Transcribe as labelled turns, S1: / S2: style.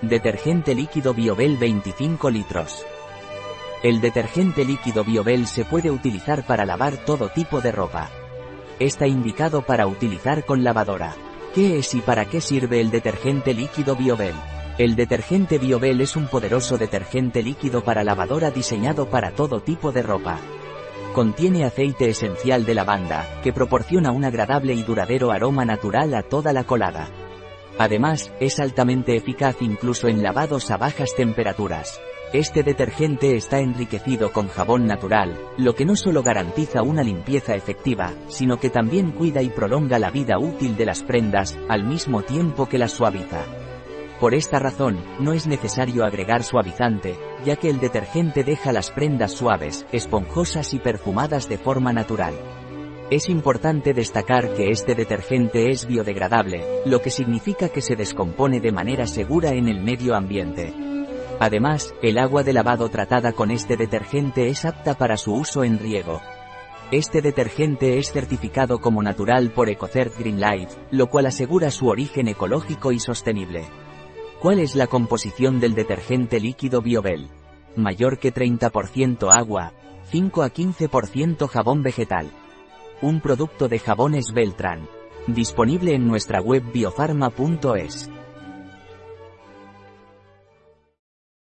S1: Detergente líquido Biobel 25 litros. El detergente líquido Biobel se puede utilizar para lavar todo tipo de ropa. Está indicado para utilizar con lavadora. ¿Qué es y para qué sirve el detergente líquido Biobel? El detergente Biobel es un poderoso detergente líquido para lavadora diseñado para todo tipo de ropa. Contiene aceite esencial de lavanda, que proporciona un agradable y duradero aroma natural a toda la colada. Además, es altamente eficaz incluso en lavados a bajas temperaturas. Este detergente está enriquecido con jabón natural, lo que no solo garantiza una limpieza efectiva, sino que también cuida y prolonga la vida útil de las prendas, al mismo tiempo que las suaviza. Por esta razón, no es necesario agregar suavizante, ya que el detergente deja las prendas suaves, esponjosas y perfumadas de forma natural. Es importante destacar que este detergente es biodegradable, lo que significa que se descompone de manera segura en el medio ambiente. Además, el agua de lavado tratada con este detergente es apta para su uso en riego. Este detergente es certificado como natural por EcoCert Green Life, lo cual asegura su origen ecológico y sostenible. ¿Cuál es la composición del detergente líquido Biobel? Mayor que 30% agua, 5 a 15% jabón vegetal. Un producto de Jabones Beltrán. Disponible en nuestra web biofarma.es.